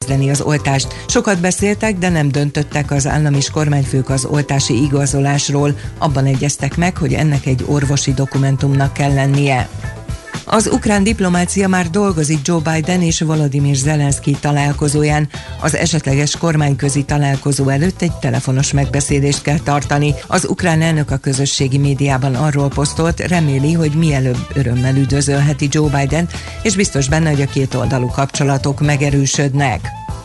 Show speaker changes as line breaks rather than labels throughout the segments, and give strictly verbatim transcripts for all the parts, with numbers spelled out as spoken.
kezdeni az oltást. Sokat beszéltek, de nem döntöttek az állam és kormányfők az oltási igazolásról. Abban egyeztek meg, hogy ennek egy orvosi dokumentumnak kell lennie. Az ukrán diplomácia már dolgozik Joe Biden és Volodymyr Zelenszky találkozóján. Az esetleges kormányközi találkozó előtt egy telefonos megbeszélést kell tartani. Az ukrán elnök a közösségi médiában arról posztolt, reméli, hogy mielőbb örömmel üdvözölheti Joe Bident, és biztos benne, hogy a kétoldalú kapcsolatok megerősödnek.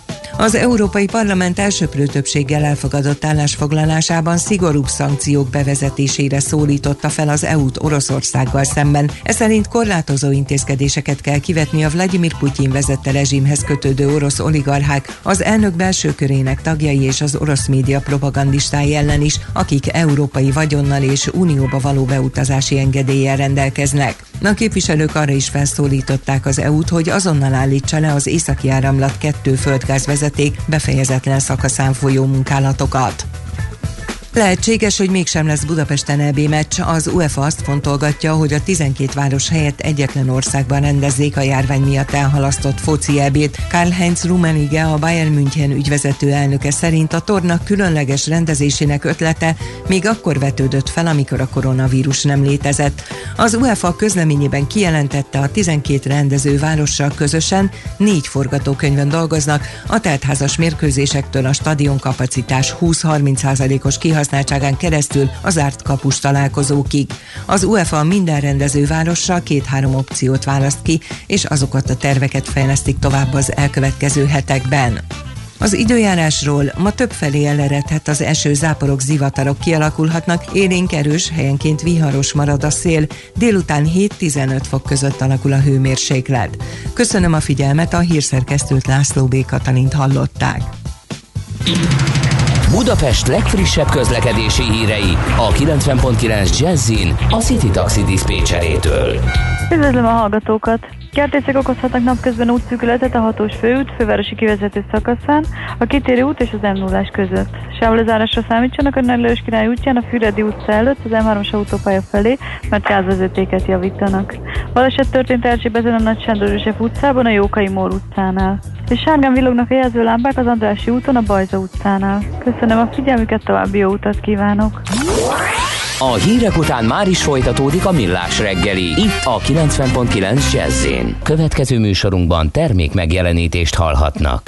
Az Európai Parlament elsöprő többséggel elfogadott állásfoglalásában szigorúbb szankciók bevezetésére szólította fel az é u-t Oroszországgal szemben. Ez szerint korlátozó intézkedéseket kell kivetni a Vladimir Putyin vezette rezsimhez kötődő orosz oligarchák, az elnök belső körének tagjai és az orosz média propagandistái ellen is, akik európai vagyonnal és unióba való beutazási engedéllyel rendelkeznek. A képviselők arra is felszólították az é u-t, hogy azonnal állítsa le az Északi Áramlat kettő földgázvezeték befejezetlen szakaszán folyó munkálatokat. Lehetséges, hogy mégsem lesz Budapesten é bé meccs. Az UEFA azt fontolgatja, hogy a tizenkét város helyett egyetlen országban rendezzék a járvány miatt elhalasztott foci é bét. Karl-Heinz Rummenigge, a Bayern München ügyvezető elnöke szerint a torna különleges rendezésének ötlete még akkor vetődött fel, amikor a koronavírus nem létezett. Az UEFA közleményében kijelentette, a tizenkét rendező várossal közösen négy forgatókönyvön dolgoznak, a teltházas mérkőzésektől a stadionkapacitás húsz-harminc százalékos kihasználásán keresztül a zárt kapus találkozókig. Az UEFA minden rendező várossal két-három opciót választ ki, és azokat a terveket fejlesztik tovább az elkövetkező hetekben. Az időjárásról: ma többfelé eleredhet az eső, záporok, zivatarok kialakulhatnak, élénk erős, helyenként viharos marad a szél, délután hét-tizenöt fok között alakul a hőmérséklet. Köszönöm a figyelmet, a hírszerkesztőt, László B. Katalint hallották.
Budapest legfrissebb közlekedési hírei a kilencven pont kilenc Jazzin a City Taxi diszpécserétől.
Üdvözlöm a hallgatókat! Kertészek okozhatnak napközben útszűkületet a hatós főút fővárosi kivezető szakaszán, a Kitérő út és az em nullás között. Sávlezárásra számítsanak a Nagy Lajos Király útján a Füredi utca előtt az em hármas autópálya felé, mert gázvezetéket javítanak. Baleset történt Erzsébeten a Nagy Sándor József utcában, a Jókai Mór utcánál. És sárgán villognak a jelzőlámpák az Andrássy úton, a Bajza utcánál. Köszönöm a figyelmüket, további jó utat kívánok!
A hírek után már is folytatódik a Millás reggeli, itt a kilencven pont kilenc Jazz-én. Következő műsorunkban termék megjelenítést hallhatnak.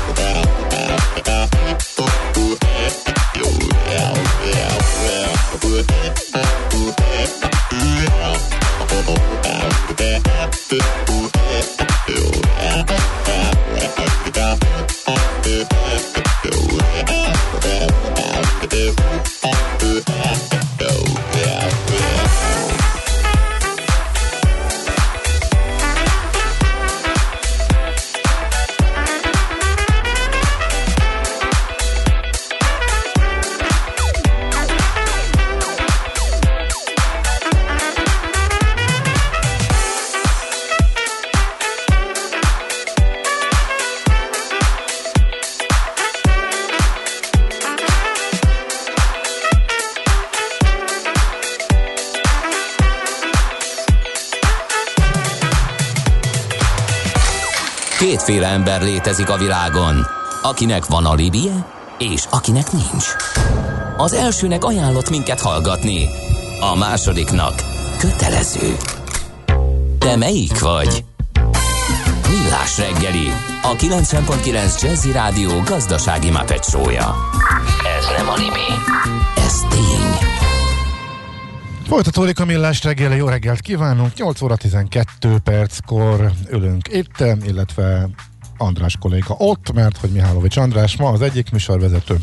Kétféle ember létezik a világon, akinek van alibije, és akinek nincs. Az elsőnek ajánlott minket hallgatni, a másodiknak kötelező. Te melyik vagy? Millás reggeli, a kilencven pont kilenc Jazzy Rádió gazdasági Muppet show-ja. Ez nem anime, ez tény.
Folytatódik a Millás reggeli, jó reggelt kívánunk, nyolc óra tizenkettő perckor ülünk itt, illetve András kolléga ott, mert hogy Mihálovics András ma az egyik műsorvezető.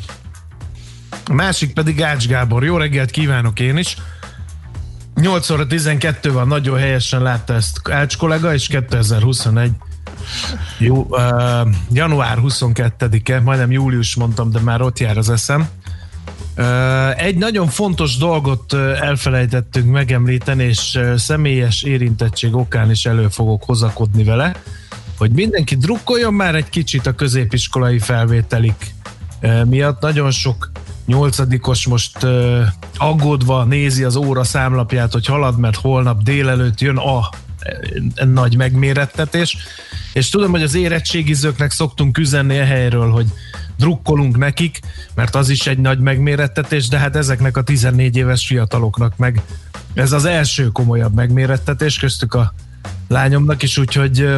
A másik pedig Ács Gábor. Jó reggelt kívánok én is. nyolc óra tizenkettő van, nagyon helyesen látta ezt Ács kollega, és kétezer-huszonegy jó, uh, január huszonkettedike, majdnem július mondtam, de már ott jár az eszem. Uh, egy nagyon fontos dolgot uh, elfelejtettünk megemlíteni, és uh, személyes érintettség okán is elő fogok hozakodni vele, hogy mindenki drukkoljon már egy kicsit a középiskolai felvételik uh, miatt. Nagyon sok nyolcadikos most uh, aggódva nézi az óra számlapját, hogy halad, mert holnap délelőtt jön a, a nagy megmérettetés, és tudom, hogy az érettségizőknek szoktunk üzenni e helyről, hogy drukkolunk nekik, mert az is egy nagy megmérettetés, de hát ezeknek a tizennégy éves fiataloknak meg ez az első komolyabb megmérettetés, köztük a lányomnak is, úgyhogy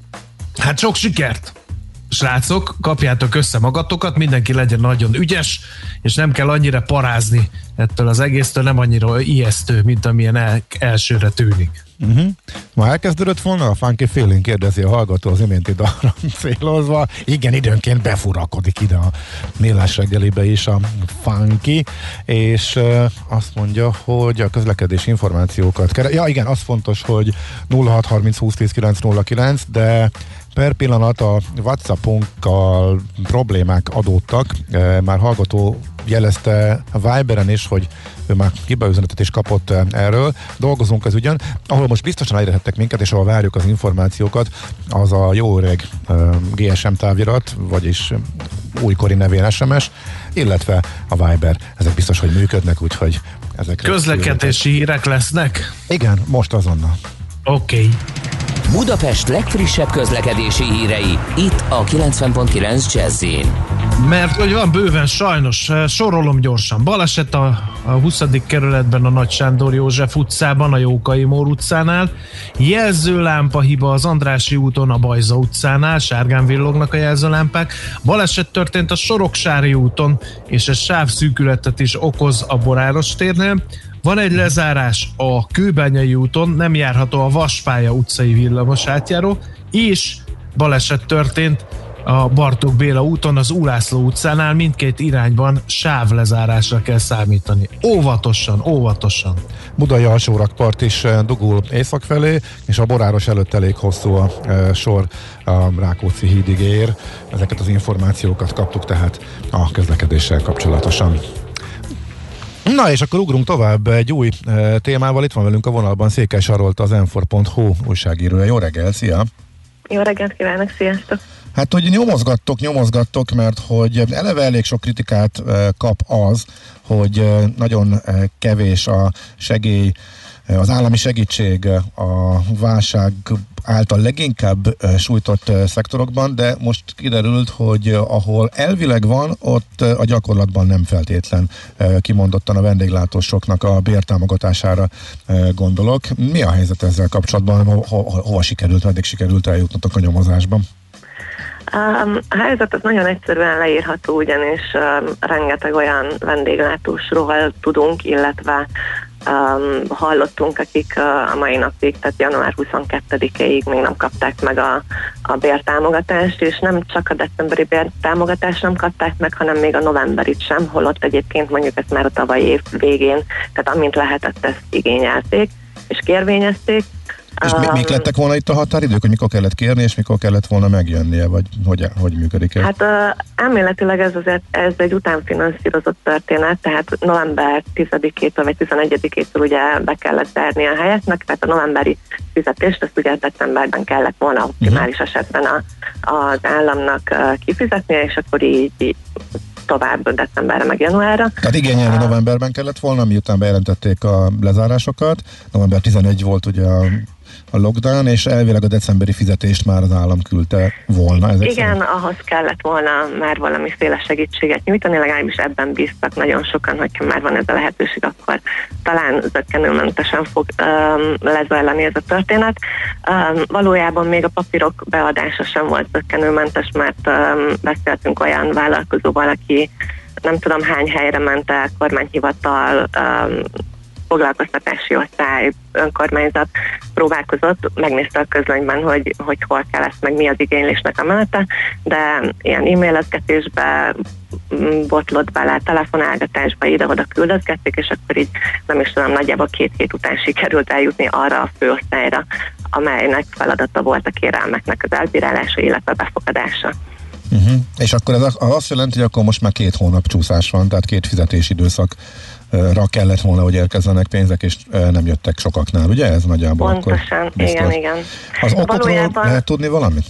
hát sok sikert! Srácok, kapjátok össze magatokat, mindenki legyen nagyon ügyes, és nem kell annyira parázni ettől az egésztől, nem annyira ijesztő, mint amilyen el, elsőre tűnik.
Uh-huh. Ma elkezdődött volna a Funky Feeling, kérdezi a hallgató az iménti dalra célozva. Igen, időnként befurakodik ide a Millás reggelibe is a Funky, és uh, azt mondja, hogy a közlekedési információkat keres. Ja igen, az fontos, hogy nulla hat harminc húsz tíz kilenc nulla kilenc, de per pillanat a WhatsAppunkkal problémák adódtak. E, már hallgató jelezte a Viberen is, hogy ő már hibaüzenetet is kapott erről. Dolgozunk az ügyön. Ahol most biztosan elérhettek minket, és ahol várjuk az információkat, az a jó öreg e, gé es em távirat, vagyis újkori nevén es em es, illetve a Viber. Ezek biztos, hogy működnek, úgyhogy ezek...
Közlekedési hírek lesznek?
Igen, most azonnal.
Oké. Okay.
Budapest legfrissebb közlekedési hírei, itt a kilencven pont kilenc Jazz-in.
Mert hogy van bőven, sajnos, sorolom gyorsan. Baleset a, a huszadik kerületben a Nagy Sándor József utcában, a Jókai Mór utcánál. Jelzőlámpa hiba az Andrássy úton, a Bajza utcánál, sárgán villognak a jelzőlámpák. Baleset történt a Soroksári úton, és ez sávszűkületet is okoz a Boráros térnél. Van egy lezárás a Kőbányai úton, nem járható a Vaspálya utcai villamos átjáró, és baleset történt a Bartók Béla úton, az Ulászló utcánál, mindkét irányban sávlezárásra kell számítani. Óvatosan, óvatosan.
Budai alsórakpart is dugul észak felé, és a Boráros előtt elég hosszú a e, sor a Rákóczi hídig ér. Ezeket az információkat kaptuk tehát a közlekedéssel kapcsolatosan. Na és akkor ugrunk tovább egy új e, témával. Itt van velünk a vonalban Székely Sarolt, az em négy pont hu újságírója. Jó reggel, szia!
Jó reggelt kívánok, sziasztok!
Hát, hogy nyomozgattok, nyomozgattok, mert hogy eleve elég sok kritikát e, kap az, hogy e, nagyon e, kevés a segély, e, az állami segítség a válság által leginkább e, sújtott e, szektorokban, de most kiderült, hogy e, ahol elvileg van, ott e, a gyakorlatban nem feltétlen e, kimondottan a vendéglátósoknak a bértámogatására e, gondolok. Mi a helyzet ezzel kapcsolatban? Ho- ho- hova sikerült, meddig sikerült eljutnotok a nyomozásban?
Um, a helyzet az nagyon egyszerűen leírható, ugyanis um, rengeteg olyan vendéglátósról tudunk, illetve um, hallottunk, akik uh, a mai napig, tehát január huszonkettedikéig még nem kapták meg a, a bértámogatást, és nem csak a decemberi bértámogatást nem kapták meg, hanem még a novemberit sem, holott egyébként mondjuk ezt már a tavalyi év végén, tehát amint lehetett, ezt igényelték és kérvényezték.
És mi, mik lettek volna itt a határidők, hogy mikor kellett kérni, és mikor kellett volna megjönnie, vagy hogy, hogy működik ez?
Hát uh, elméletileg ez, azért, ez egy utánfinanszírozott történet, tehát november tizedikétől vagy tizenegyedikétől ugye be kellett zárni a helyeknek, tehát a novemberi fizetést, ezt ugye decemberben kellett volna optimális uh-huh. esetben a, az államnak uh, kifizetnie, és akkor így, így tovább decemberre meg januárra.
Tehát igényelni uh, novemberben kellett volna, miután bejelentették a lezárásokat. november tizenegy volt ugye a a lockdown, és elvileg a decemberi fizetést már az állam küldte volna. Ezek
Igen,
szerint?
ahhoz kellett volna már valamiféle segítséget nyújtani, legalábbis ebben bíztak nagyon sokan, hogyha már van ez a lehetőség, akkor talán zökkenőmentesen fog um, lezajlani ez a történet. Um, valójában még a papírok beadása sem volt zökkenőmentes, mert um, beszéltünk olyan vállalkozóval, aki nem tudom hány helyre ment el, kormányhivatal, um, foglalkoztatási osztály, önkormányzat próbálkozott, megnézte a közlönyben, hogy, hogy hol kell ezt, meg mi az igénylésnek a menete, de ilyen e-mailezgetésbe botlott bele, telefonálgatásba, ide-oda küldözgették, és akkor így nem is tudom, nagyjából két hét után sikerült eljutni arra a főosztályra, amelynek feladata volt a kérelmeknek az elbírálása, illetve befogadása.
Uh-huh. És akkor ez azt jelenti, hogy akkor most már két hónap csúszás van, tehát két fizetési időszakra kellett volna, hogy érkezzenek pénzek, és nem jöttek sokaknál, ugye? Ez nagyjából
Pontosan,
akkor
igen, igen.
Az okokról Valójában... lehet tudni valamit?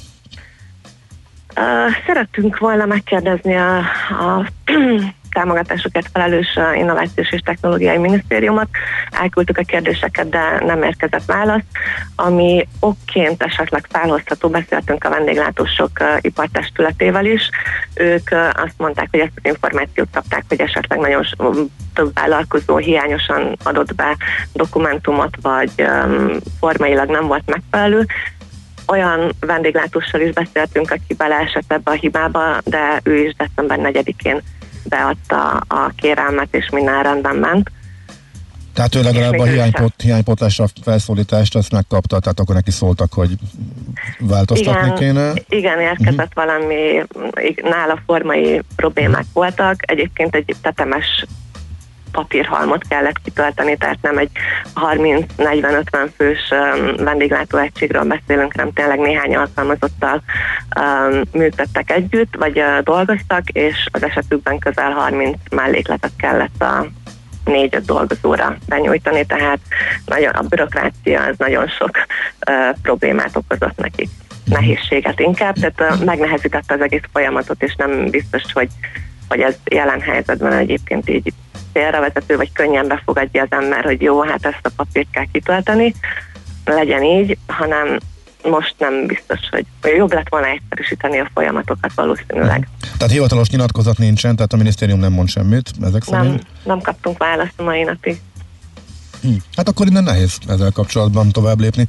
Uh, szerettünk volna megkérdezni a, a támogatásokat felelős Innovációs és Technológiai Minisztériumot. Elküldtük a kérdéseket, de nem érkezett válasz. Ami okként esetleg felhozható, beszéltünk a vendéglátósok uh, ipartestületével is. Ők uh, azt mondták, hogy ezt az információt kapták, hogy esetleg nagyon több vállalkozó hiányosan adott be dokumentumot, vagy um, formailag nem volt megfelelő. Olyan vendéglátóssal is beszéltünk, aki beleesett ebbe a hibába, de ő is december negyedikén beadta a kérelmet, és minden rendben ment.
Tehát ő legalább a hiánypot, hiánypotlásra felszólítást azt megkapta, tehát akkor neki szóltak, hogy változtatni
igen,
kéne?
Igen, érkezett uh-huh. valami, nála formai problémák uh-huh. voltak. Egyébként egy tetemes papírhalmot kellett kitölteni, tehát nem egy harminc negyven ötven fős um, vendéglátóegységről beszélünk, nem tényleg néhány alkalmazottal um, működtek együtt, vagy uh, dolgoztak, és az esetükben közel harminc mellékletet kellett a négy-öt dolgozóra benyújtani, tehát nagyon, a bürokrácia az nagyon sok uh, problémát okozott nekik. Nehézséget inkább, tehát uh, megnehezítette az egész folyamatot, és nem biztos, hogy, hogy ez jelen helyzetben egyébként így célravezető, vagy könnyen befogadja az ember, hogy jó, hát ezt a papírt kell kitölteni, legyen így, hanem most nem biztos, hogy jobb lett volna egyszerűsíteni a folyamatokat valószínűleg.
Tehát hivatalos nyilatkozat nincsen, tehát a minisztérium nem mond semmit ezek szerint?
Nem, nem kaptunk választ a mai napig.
Hm. Hát akkor innen nehéz ezzel kapcsolatban tovább lépni.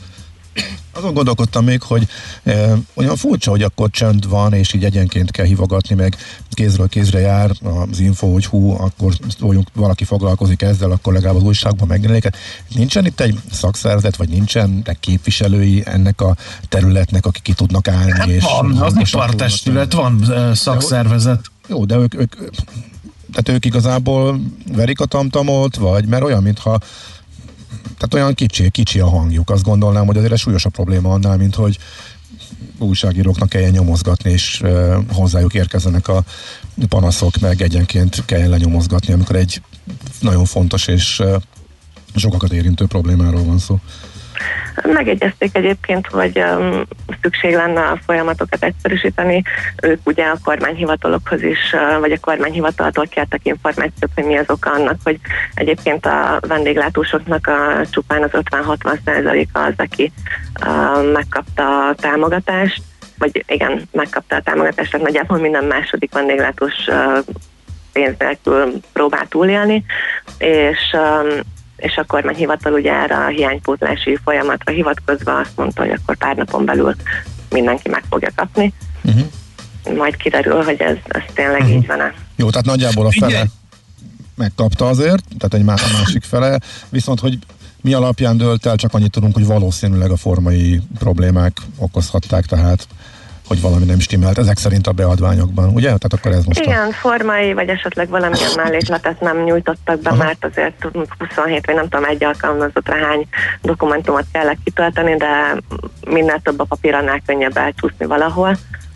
Azon gondolkodtam még, hogy e, olyan furcsa, hogy akkor csend van, és így egyenként kell hívogatni, meg kézről kézre jár az info, hogy hú, akkor szóljunk, valaki foglalkozik ezzel, akkor legalább az újságban megjelenik. Nincsen itt egy szakszervezet, vagy nincsen egy képviselői ennek a területnek, akik ki tudnak állni?
Hát
és
van, az ipartestület, van szakszervezet.
Jó, de ők, ők, tehát ők igazából verik a tamtamot, vagy mert olyan, mintha tehát olyan kicsi, kicsi a hangjuk. Azt gondolnám, hogy azért súlyosabb probléma annál, mint hogy újságíróknak kelljen nyomozgatni, és uh, hozzájuk érkezzenek a panaszok, meg egyenként kelljen lenyomozgatni, amikor egy nagyon fontos és uh, sokakat érintő problémáról van szó.
Megegyezték egyébként, hogy um, szükség lenne a folyamatokat egyszerűsíteni. Ők ugye a kormányhivatalokhoz is, uh, vagy a kormányhivataltól kértek információt, hogy mi az oka annak, hogy egyébként a vendéglátósoknak a csupán az ötven-hatvan százaléka az, aki uh, megkapta a támogatást, vagy igen, megkapta a támogatást, tehát nagyjából minden második vendéglátós uh, pénz nélkül próbál túlélni, és um, és a kormányhivatal ugye erre a hiánypótlási folyamatra hivatkozva azt mondta, hogy akkor pár napon belül mindenki meg fogja kapni. uh-huh. majd kiderül, hogy ez, ez tényleg uh-huh. így van-e.
Jó, tehát nagyjából a fele megkapta azért, tehát egy másik fele, viszont hogy mi alapján dőlt el, csak annyit tudunk, hogy valószínűleg a formai problémák okozhatták, tehát hogy valami nem stimmelt, ezek szerint a beadványokban, ugye? Tehát akkor ez most
igen,
a...
formai, vagy esetleg valamilyen mellékletet nem nyújtottak be, aha. mert azért huszonhét, vagy nem tudom, egy alkalmazottra hány dokumentumot kellett kitölteni, de minél több a papír, annál könnyebb elcsúszni valahol.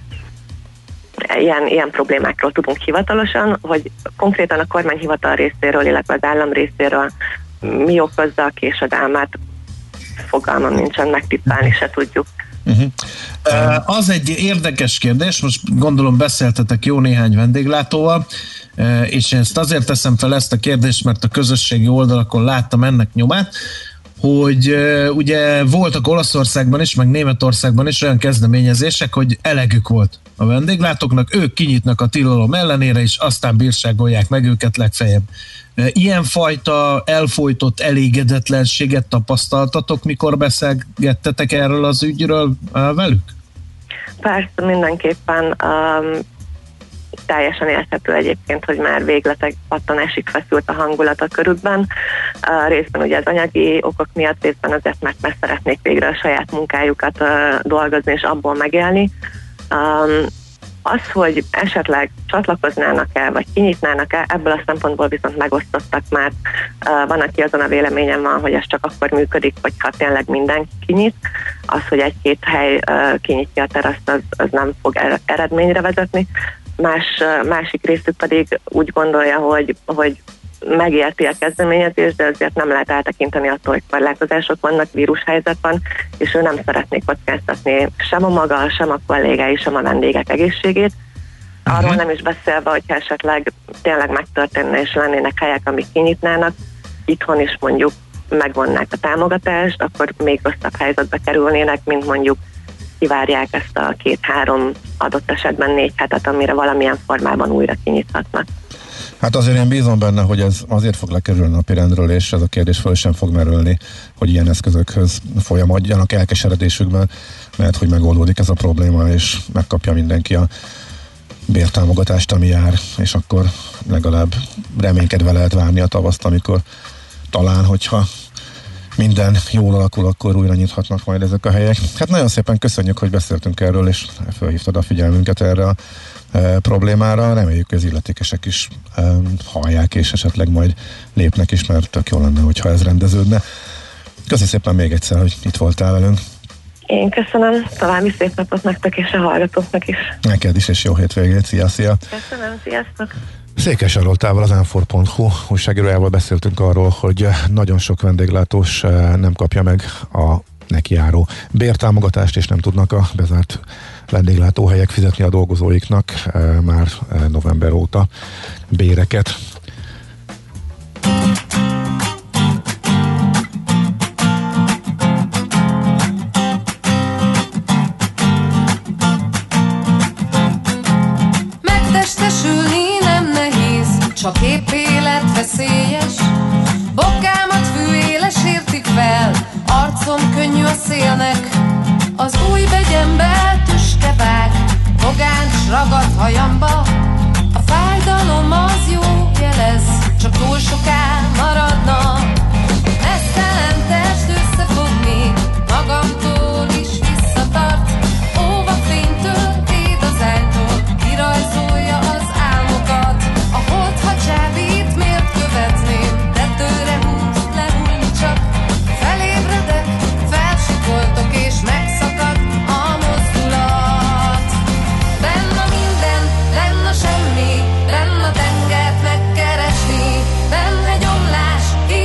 Ilyen, ilyen problémákról tudunk hivatalosan, hogy konkrétan a kormányhivatal részéről, illetve az állam részéről mi okozza a késedelmet, fogalmam nincsen, megtippálni se tudjuk.
Uh-huh. Uh, az egy érdekes kérdés, most gondolom beszéltetek jó néhány vendéglátóval, uh, és én ezt azért teszem fel ezt a kérdést, mert a közösségi oldalakon láttam ennek nyomát, hogy uh, ugye voltak Olaszországban is, meg Németországban is olyan kezdeményezések, hogy elegük volt a vendéglátóknak, ők kinyitnak a tilalom ellenére, és aztán bírságolják meg őket legfeljebb. Ilyenfajta elfojtott elégedetlenséget tapasztaltatok, mikor beszélgettetek erről az ügyről velük?
Persze, mindenképpen um, teljesen érthető egyébként, hogy már végletek pattanásig feszült a hangulat a körükben. Uh, részben ugye az anyagi okok miatt, részben azért, mert meg szeretnék végre a saját munkájukat uh, dolgozni és abból megélni. Um, Az, hogy esetleg csatlakoznának-e, vagy kinyitnának-e, ebből a szempontból viszont megosztottak, mert uh, van, aki azon a véleményen van, hogy ez csak akkor működik, hogyha tényleg mindenki kinyit. Az, hogy egy-két hely uh, kinyitja a teraszt, az, az nem fog er- eredményre vezetni. Más, uh, másik részük pedig úgy gondolja, hogy, hogy megérti a kezdeményezést, de azért nem lehet eltekinteni attól, hogy korlátozások vannak, vírushelyzet van, és ő nem szeretné kockáztatni sem a maga, sem a kollégái, sem a vendégek egészségét. Arról uh-huh. nem is beszélve, hogyha esetleg tényleg megtörténne, és lennének helyek, amik kinyitnának, itthon is mondjuk megvonnák a támogatást, akkor még rosszabb helyzetbe kerülnének, mint mondjuk kivárják ezt a két-három, adott esetben négy hetet, amire valamilyen formában újra kinyithatnak.
Hát azért én bízom benne, hogy ez azért fog lekerülni a napirendről, és ez a kérdés föl sem fog merülni, hogy ilyen eszközökhöz folyamodjanak elkeseredésükben, mert hogy megoldódik ez a probléma, és megkapja mindenki a bértámogatást, ami jár, és akkor legalább reménykedve lehet várni a tavaszt, amikor talán, hogyha minden jól alakul, akkor újra nyithatnak majd ezek a helyek. Hát nagyon szépen köszönjük, hogy beszéltünk erről, és felhívtad a figyelmünket erre a e, problémára. Reméljük, hogy az illetékesek is e, hallják, és esetleg majd lépnek is, mert tök jó lenne, hogyha ez rendeződne. Köszönjük szépen még egyszer, hogy itt voltál velünk.
Én köszönöm, további szép napot nektek és a hallgatóknak is.
Neked is, és jó hétvégét. Szia, szia!
Köszönöm, sziasztok!
Székely Saroltával, az em négy pont hu újságírójával beszéltünk arról, hogy nagyon sok vendéglátós nem kapja meg a neki járó bértámogatást, és nem tudnak a bezárt vendéglátóhelyek fizetni a dolgozóiknak már november óta béreket.
Megtestesülni nem nehéz, csak épp életveszélyes. Bokámat fűéles értik fel, arcom könnyű a szélnek. Az új begyembe tüskevág, fogáncs ragad hajamba. A fájdalom az jó jelez, csak túl soká maradna. Mesztelen test összefogni, magamtól is visszatart. Óvafénytől, édazánytól kirajzolja az álmokat. A hold, ha csábít, miért követném? Tetőre húz, lehújni csak. Felébredek, felsikoltok és megszakad a mozdulat. Benn a minden, benn a semmi, benn a tengert megkeresni. Benn egy omlás,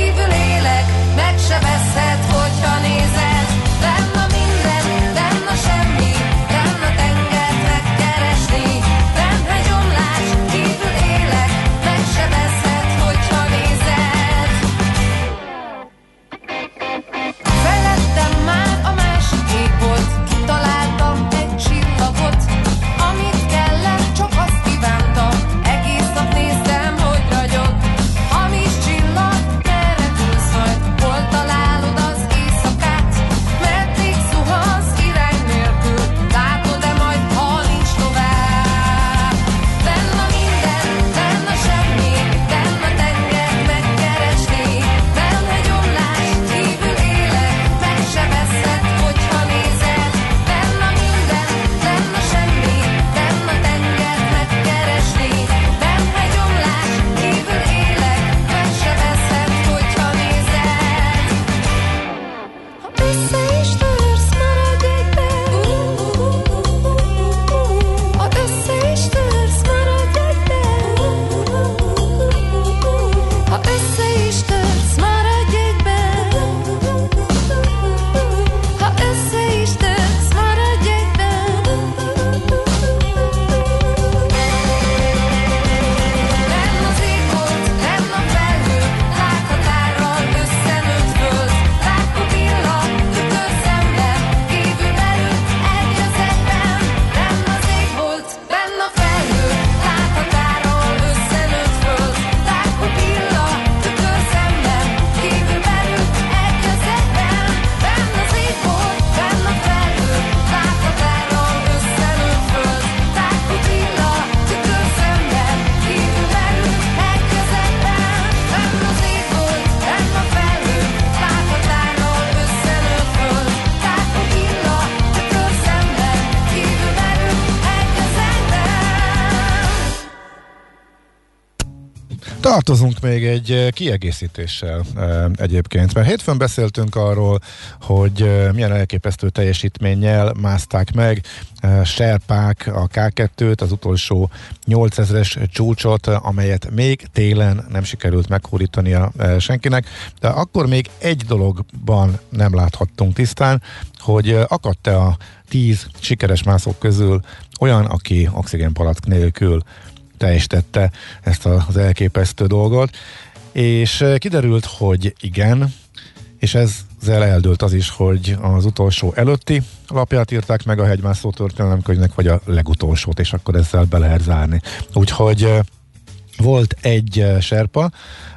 Tartozunk még egy kiegészítéssel egyébként, mert hétfőn beszéltünk arról, hogy milyen elképesztő teljesítménnyel mászták meg serpák a ká kettőt, az utolsó nyolcezres csúcsot, amelyet még télen nem sikerült meghódítania senkinek, de akkor még egy dologban nem láthattunk tisztán, hogy akadt-e a tíz sikeres mászók közül olyan, aki oxigénpalack nélkül teljesítette ezt az elképesztő dolgot, és kiderült, hogy igen, és ezzel eldőlt az is, hogy az utolsó előtti lapját írták meg a hegymászó történelemkönyvnek, vagy a legutolsót, és akkor ezzel be lehet zárni. Úgyhogy volt egy serpa,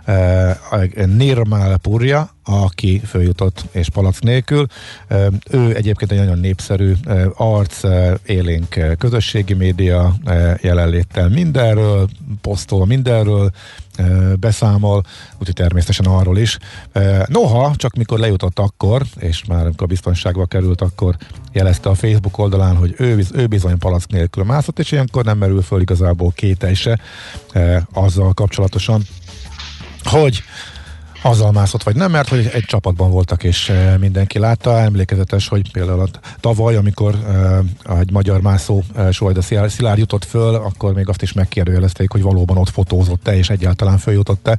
Nirmal Purja, aki följutott és palack nélkül. Ő egyébként egy nagyon népszerű arc, élénk közösségi média jelenléttel mindenről, posztol mindenről, beszámol, úgyhogy természetesen arról is. Noha, csak mikor lejutott akkor, és már amikor biztonságba került, akkor jelezte a Facebook oldalán, hogy ő, ő bizony palack nélkül mászott, és ilyenkor nem merül föl igazából kételj se azzal kapcsolatosan, hogy azzal mászott vagy nem, mert hogy egy csapatban voltak, és mindenki látta. Emlékezetes, hogy például tavaly, amikor uh, egy magyar mászó uh, Solyda Szilárd jutott föl, akkor még azt is megkérdőjelezték, hogy valóban ott fotózott-e, és egyáltalán följutott-e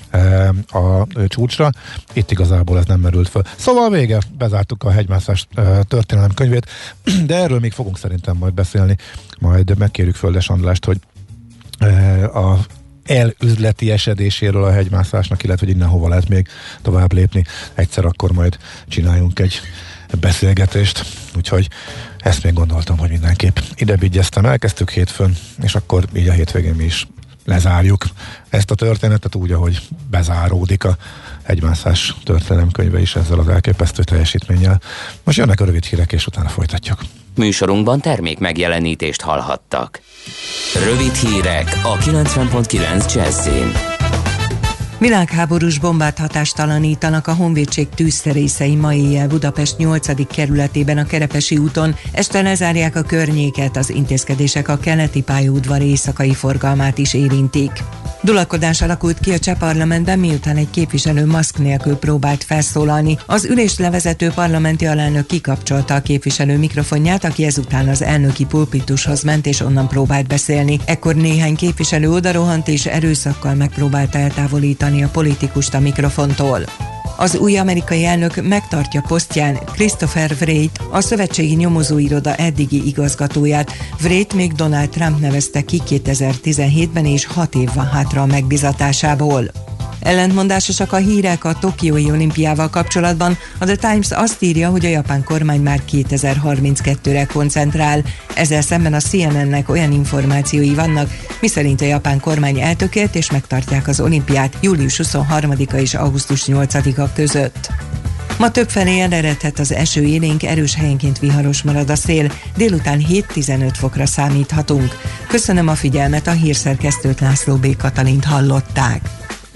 uh, a csúcsra. Itt igazából ez nem merült föl. Szóval vége, bezártuk a hegymászás uh, történelem könyvét, de erről még fogunk szerintem majd beszélni. Majd megkérjük Földes Andrást, hogy uh, a elüzleti esedéséről a hegymászásnak, illetve hogy innen hova lehet még tovább lépni. Egyszer akkor majd csináljunk egy beszélgetést, úgyhogy ezt még gondoltam, hogy mindenképp ide vigyeztem. Elkezdtük hétfőn, és akkor így a hétvégén mi is lezárjuk ezt a történetet úgy, ahogy bezáródik a hegymászás történelemkönyve is ezzel az elképesztő teljesítménnyel. Most jönnek a rövid hírek, és utána folytatjuk.
Műsorunkban termék megjelenítést hallhattak. Rövid hírek a kilencven pont kilenc Jazzin.
Világháborús bombát hatástalanítanak a honvédség tűzszerészei ma éjjel Budapest nyolcadik kerületében a Kerepesi úton. Este lezárják a környéket, az intézkedések a keleti pályaudvar éjszakai forgalmát is érintik. Dulakodás alakult ki a cseh parlamentben, miután egy képviselő maszk nélkül próbált felszólalni. Az ülést levezető parlamenti alelnök kikapcsolta a képviselő mikrofonját, aki ezután az elnöki pulpitushoz ment és onnan próbált beszélni. Ekkor néhány képviselő odarohant és erőszakkal megpróbálta eltávolítani a politikust a mikrofontól. Az új amerikai elnök megtartja posztján Christopher Wray-t, a szövetségi nyomozóiroda eddigi igazgatóját. Wray-t még Donald Trump nevezte ki kétezer-tizenhétben, és hat év van hátra a megbizatásából. Ellentmondásosak a hírek a tokiói olimpiával kapcsolatban. A The Times azt írja, hogy a japán kormány már kétezer-harminckettőre koncentrál. Ezzel szemben a C N N-nek olyan információi vannak, miszerint a japán kormány eltökélt és megtartják az olimpiát július huszonharmadika és augusztus nyolcadika között. Ma többfelé eleredhet az eső, élénk, erős, helyenként viharos marad a szél, délután hét-tizenöt fokra számíthatunk. Köszönöm a figyelmet, a hírszerkesztőt, László B. Katalint hallották.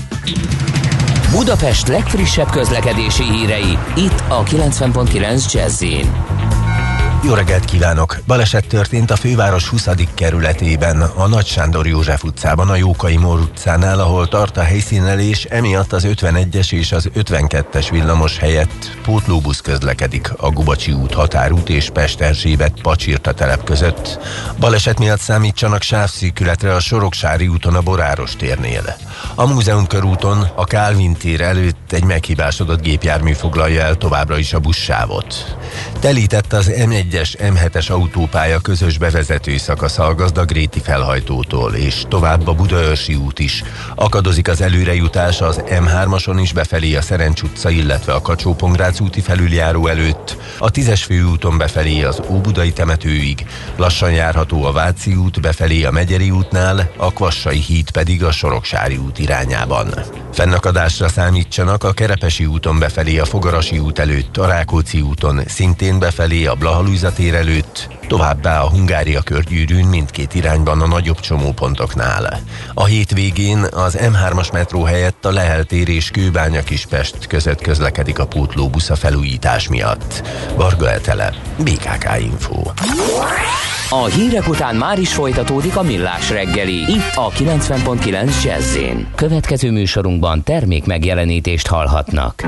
Budapest legfrissebb közlekedési hírei, itt a kilencven pont kilenc Jazzin.
Jó reggelt kívánok! Baleset történt a főváros huszadik kerületében, a Nagy Sándor József utcában, a Jókai Mór utcánál, ahol tart a helyszínelés, emiatt az ötvenegyes és az ötvenkettes villamos helyett pótlóbusz közlekedik a Gubacsi út, Határút és Pest-Erzsébet Pacsirta telep között. Baleset miatt számítsanak sávszűkületre a Soroksári úton a Boráros térnél. A Múzeum körúton a Kálvin tér előtt egy meghibásodott gépjármű foglalja el továbbra is a buszsávot. Telített az M egyes M hetes autópálya közös bevezető szakasza a Gazdagréti felhajtótól, és tovább a Budaörsi út is. Akadozik az előrejutás az M hármason is befelé a Szerencs utca, illetve a Kacsó-Pongrác úti felüljáró előtt, a tízes főúton befelé az Óbudai temetőig, lassan járható a Váci út befelé a Megyeri útnál, a Kvassai híd pedig a Soroksári út irányában. Fennakadásra számítsanak a Kerepesi úton befelé a Fogarasi út előtt, a Rákóczi úton szintén környékén befelé a Blaha-Lujza tér előtt, továbbá a Hungária körgyűrűn mindkét irányban a nagyobb csomópontoknál. A hétvégén az M hármas metró helyett a Lehel tér és Kőbánya-Kispest között közlekedik a pótlóbusz a felújítás miatt. Varga Etele, bé ká ká Info.
A hírek után már is folytatódik a Millás reggeli, itt a kilencven pont kilenc Jazz-én. Következő műsorunkban termék megjelenítést hallhatnak.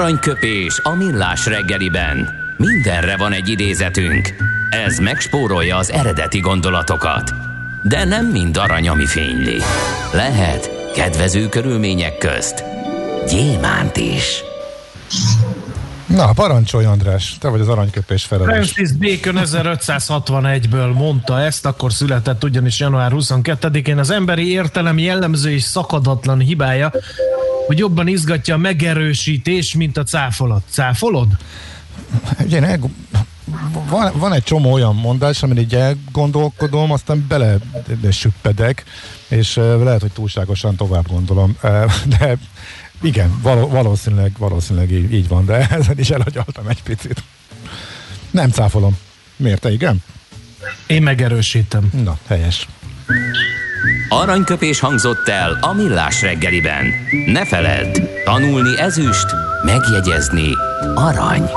Aranyköpés a millás reggeliben. Mindenre van egy idézetünk. Ez megspórolja az eredeti gondolatokat. De nem mind arany, ami fényli. Lehet kedvező körülmények közt gyémánt is.
Na, parancsolj András, te vagy az aranyköpés felelős.
Francis Bacon ezerötszázhatvanegyből mondta ezt, akkor született ugyanis január huszonkettedikén. Az emberi értelem jellemző és szakadatlan hibája, hogy jobban izgatja a megerősítés, mint a cáfolat. Cáfolod?
Ugye, el, van, van egy csomó olyan mondás, amin így elgondolkodom, aztán bele süppedek, és lehet, hogy túlságosan tovább gondolom, de igen, való, valószínűleg, valószínűleg így, így van, de ezen is elagyaltam egy picit. Nem cáfolom. Miért, te igen?
Én megerősítem.
Na, helyes.
Aranyköpés hangzott el a millás reggeliben. Ne feledd, tanulni ezüst, megjegyezni arany.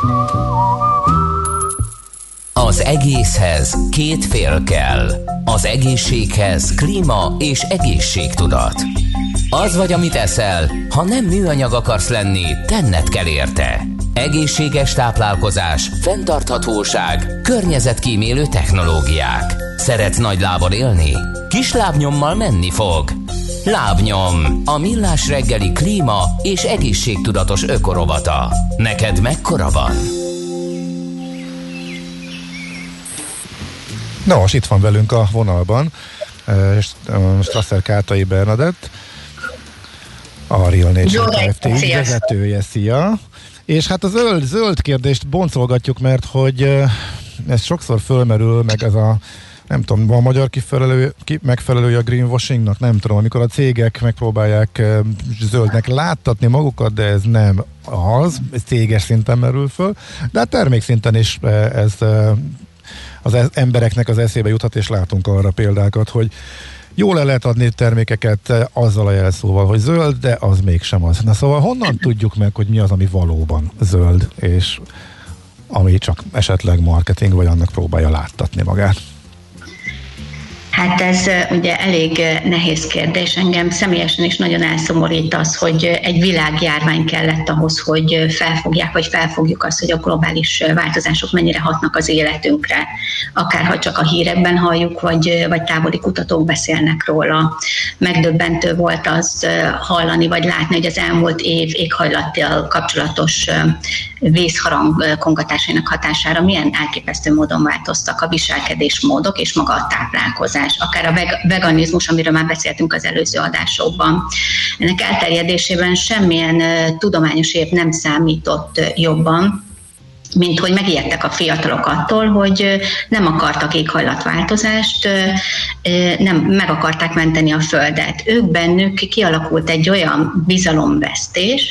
Az egészhez két fél kell. Az egészséghez klíma és egészségtudat. Az vagy, amit eszel, ha nem műanyag akarsz lenni, tenned kell érte. Egészséges táplálkozás, fenntarthatóság, környezetkímélő technológiák. Szeretsz nagy lábon élni? Kis lábnyommal menni fog. Lábnyom, a millás reggeli klíma és egészségtudatos ökorovata. Neked mekkora van?
Nos, itt van velünk a vonalban Strasser Kátai Bernadett, a Real Nature Kft. Vezetője. Szia! És hát a zöld, zöld kérdést boncolgatjuk, mert hogy ez sokszor fölmerül, meg ez a, nem tudom, van a magyar kifelelő, ki, megfelelője a greenwashingnak, nem tudom, amikor a cégek megpróbálják zöldnek láttatni magukat, de ez nem az, ez céges szinten merül föl, de hát termékszinten is ez az embereknek az eszébe juthat, és látunk arra példákat, hogy jól el lehet adni termékeket azzal a jelszóval, hogy zöld, de az mégsem az. Na szóval honnan tudjuk meg, hogy mi az, ami valóban zöld, és ami csak esetleg marketing, vagy annak próbálja láttatni magát?
Hát ez ugye elég nehéz kérdés. Engem személyesen is nagyon elszomorít az, hogy egy világjárvány kellett ahhoz, hogy felfogják, vagy felfogjuk azt, hogy a globális változások mennyire hatnak az életünkre. Akárha csak a hírekben halljuk, vagy, vagy távoli kutatók beszélnek róla. Megdöbbentő volt az hallani, vagy látni, hogy az elmúlt év éghajlattal kapcsolatos vészharang kongatásainak hatására milyen elképesztő módon változtak a viselkedésmódok és maga a táplálkozás. Akár a veganizmus, amiről már beszéltünk az előző adásokban. Ennek elterjedésében semmilyen uh, tudományos év nem számított uh, jobban, mint hogy megijedtek a fiatalok attól, hogy nem akartak éghajlatváltozást, nem meg akarták menteni a Földet. Ők bennük kialakult egy olyan bizalomvesztés,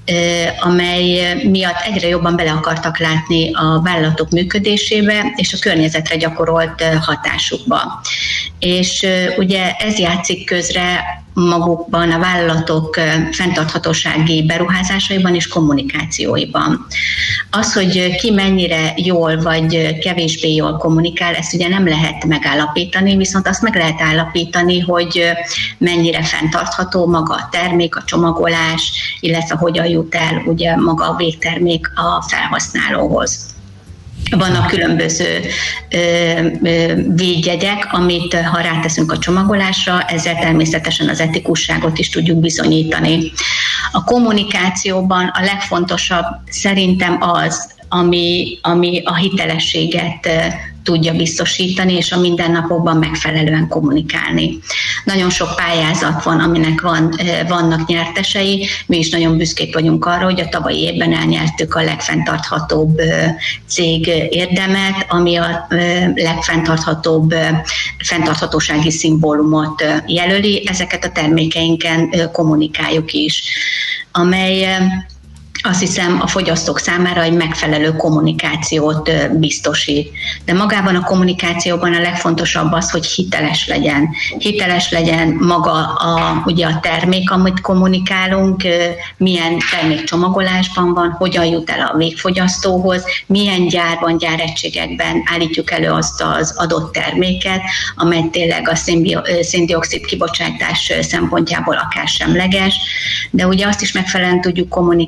amely miatt egyre jobban bele akartak látni a vállalatok működésébe és a környezetre gyakorolt hatásukba. És ugye ez játszik közre magukban, a vállalatok fenntarthatósági beruházásaiban és kommunikációiban. Az, hogy ki mennyire jól vagy kevésbé jól kommunikál, ezt ugye nem lehet megállapítani, viszont azt meg lehet állapítani, hogy mennyire fenntartható maga a termék, a csomagolás, illetve hogyan jut el ugye maga a végtermék a felhasználóhoz. Vannak különböző ö, ö, védjegyek, amit ha ráteszünk a csomagolásra, ezzel természetesen az etikusságot is tudjuk bizonyítani. A kommunikációban a legfontosabb szerintem az, ami, ami a hitelességet tudja biztosítani, és a mindennapokban megfelelően kommunikálni. Nagyon sok pályázat van, aminek van, vannak nyertesei. Mi is nagyon büszkék vagyunk arra, hogy a tavalyi évben elnyertük a legfenntarthatóbb cég érdemet, ami a legfenntarthatóbb fenntarthatósági szimbólumot jelöli. Ezeket a termékeinken kommunikáljuk is, amely azt hiszem a fogyasztók számára egy megfelelő kommunikációt biztosít. De magában a kommunikációban a legfontosabb az, hogy hiteles legyen. Hiteles legyen maga a, ugye a termék, amit kommunikálunk, milyen termékcsomagolásban van, hogyan jut el a végfogyasztóhoz, milyen gyárban, gyáregységekben állítjuk elő azt az adott terméket, amely tényleg a szén-dioxid kibocsátás szempontjából akár semleges, de ugye azt is megfelelően tudjuk kommunikálni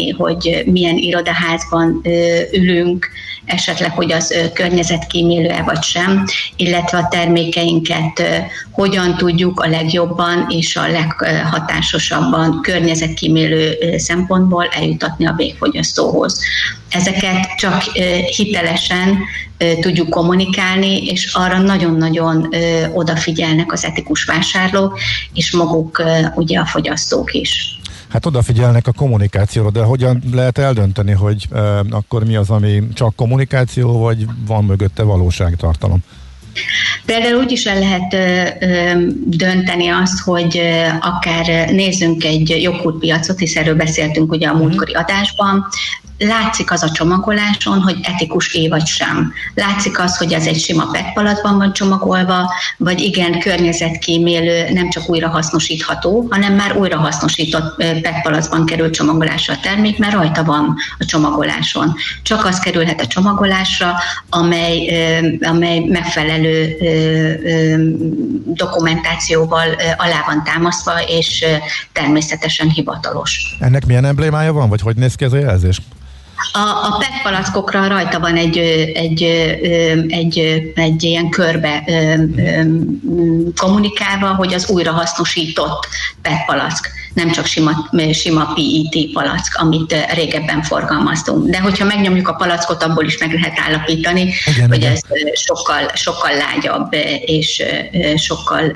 figyelni, hogy milyen irodaházban ülünk, esetleg, hogy az környezetkímélő-e vagy sem, illetve a termékeinket hogyan tudjuk a legjobban és a leghatásosabban környezetkímélő szempontból eljutatni a végfogyasztóhoz. Ezeket csak hitelesen tudjuk kommunikálni, és arra nagyon-nagyon odafigyelnek az etikus vásárlók, és maguk ugye a fogyasztók is.
Hát odafigyelnek a kommunikációra, de hogyan lehet eldönteni, hogy e, akkor mi az, ami csak kommunikáció, vagy van mögötte valóságtartalom?
Például úgy is el lehet ö, ö, dönteni azt, hogy ö, akár nézzünk egy joghurtpiacot, hisz erről beszéltünk ugye a múltkori adásban, látszik az a csomagoláson, hogy etikus-e vagy sem. Látszik az, hogy ez egy sima pé e té palacban van csomagolva, vagy igen, környezetkímélő, nem csak újrahasznosítható, hanem már újrahasznosított pé e té palacban kerül csomagolásra a termék, mert rajta van a csomagoláson. Csak az kerülhet a csomagolásra, amely, amely megfelelő dokumentációval alá van támasztva, és természetesen hivatalos.
Ennek milyen emblémája van, vagy hogy néz ki ez a jelzés?
A, a pé e té palackokra rajta van egy, egy, egy, egy ilyen körbe kommunikálva, hogy az újrahasznosított pé e té palack, nem csak sima, sima pé é té palack, amit régebben forgalmaztunk. De hogyha megnyomjuk a palackot, abból is meg lehet állapítani, igen, hogy igen. Ez sokkal, sokkal lágyabb, és sokkal